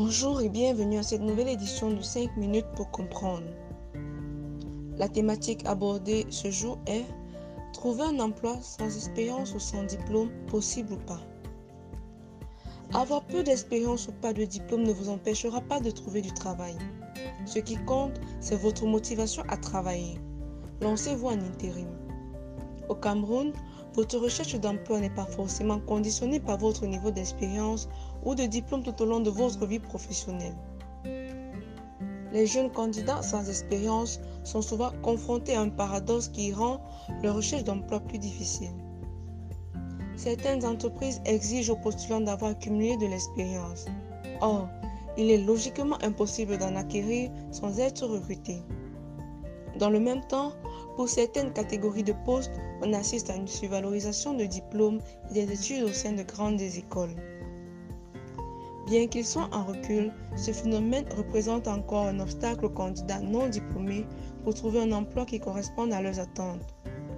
Bonjour et bienvenue à cette nouvelle édition de 5 minutes pour comprendre. La thématique abordée ce jour est « Trouver un emploi sans expérience ou sans diplôme, possible ou pas ?» Avoir peu d'expérience ou pas de diplôme ne vous empêchera pas de trouver du travail. Ce qui compte, c'est votre motivation à travailler. Lancez-vous en intérim. Au Cameroun, votre recherche d'emploi n'est pas forcément conditionnée par votre niveau d'expérience ou de diplôme tout au long de votre vie professionnelle. Les jeunes candidats sans expérience sont souvent confrontés à un paradoxe qui rend leur recherche d'emploi plus difficile. Certaines entreprises exigent aux postulants d'avoir accumulé de l'expérience. Or, il est logiquement impossible d'en acquérir sans être recruté. Dans le même temps, pour certaines catégories de postes, on assiste à une survalorisation de diplômes et des études au sein de grandes écoles. Bien qu'ils soient en recul, ce phénomène représente encore un obstacle aux candidats non diplômés pour trouver un emploi qui corresponde à leurs attentes.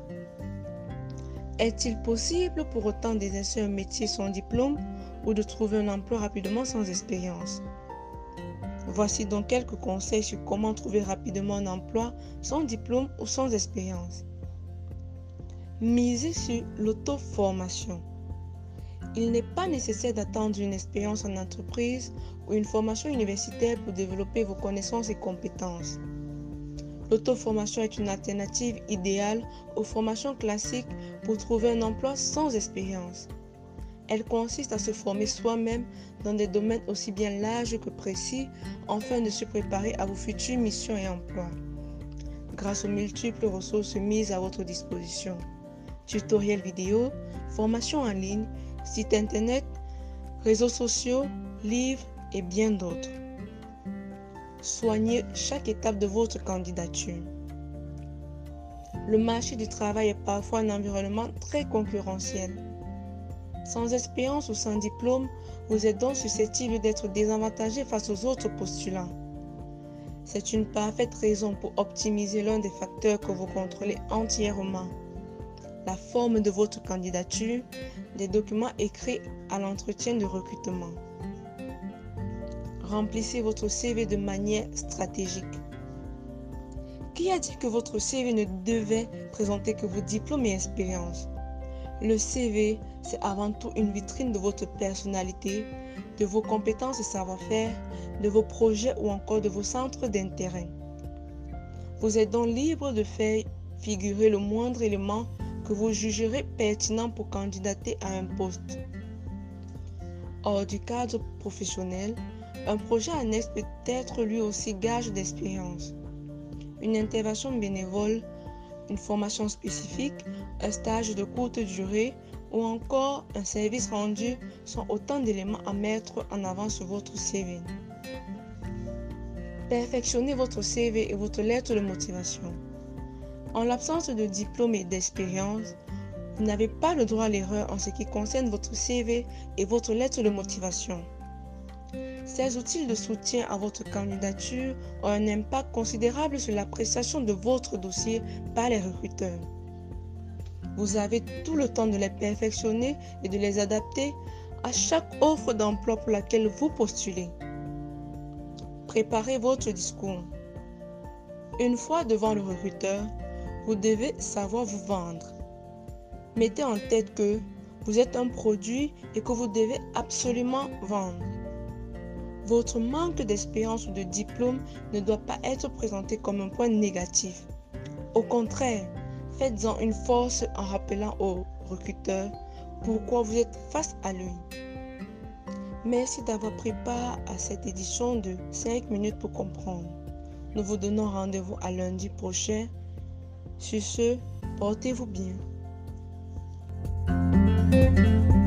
Est-il possible pour autant d'exercer un métier sans diplôme ou de trouver un emploi rapidement sans expérience? Voici donc quelques conseils sur comment trouver rapidement un emploi sans diplôme ou sans expérience. Misez sur l'auto-formation. Il n'est pas nécessaire d'attendre une expérience en entreprise ou une formation universitaire pour développer vos connaissances et compétences. L'auto-formation est une alternative idéale aux formations classiques pour trouver un emploi sans expérience. Elle consiste à se former soi-même dans des domaines aussi bien larges que précis afin de se préparer à vos futures missions et emplois. Grâce aux multiples ressources mises à votre disposition, tutoriels vidéo, formations en ligne, sites internet, réseaux sociaux, livres et bien d'autres. Soignez chaque étape de votre candidature. Le marché du travail est parfois un environnement très concurrentiel. Sans expérience ou sans diplôme, vous êtes donc susceptible d'être désavantagé face aux autres postulants. C'est une parfaite raison pour optimiser l'un des facteurs que vous contrôlez entièrement: la forme de votre candidature, des documents écrits à l'entretien de recrutement. Remplissez votre CV de manière stratégique. Qui a dit que votre CV ne devait présenter que vos diplômes et expériences? Le CV, c'est avant tout une vitrine de votre personnalité, de vos compétences et savoir-faire, de vos projets ou encore de vos centres d'intérêt. Vous êtes donc libre de faire figurer le moindre élément que vous jugerez pertinent pour candidater à un poste. Hors du cadre professionnel, un projet annexe peut être lui aussi gage d'expérience. Une intervention bénévole, une formation spécifique, un stage de courte durée ou encore un service rendu sont autant d'éléments à mettre en avant sur votre CV. Perfectionnez votre CV et votre lettre de motivation. En l'absence de diplôme et d'expérience, vous n'avez pas le droit à l'erreur en ce qui concerne votre CV et votre lettre de motivation. Ces outils de soutien à votre candidature ont un impact considérable sur l'appréciation de votre dossier par les recruteurs. Vous avez tout le temps de les perfectionner et de les adapter à chaque offre d'emploi pour laquelle vous postulez. Préparez votre discours. Une fois devant le recruteur, vous devez savoir vous vendre. Mettez en tête que vous êtes un produit et que vous devez absolument vendre. Votre manque d'expérience ou de diplôme ne doit pas être présenté comme un point négatif. Au contraire, faites-en une force en rappelant au recruteur pourquoi vous êtes face à lui. Merci d'avoir pris part à cette édition de 5 minutes pour comprendre. Nous vous donnons rendez-vous à lundi prochain. Sur ce, portez-vous bien.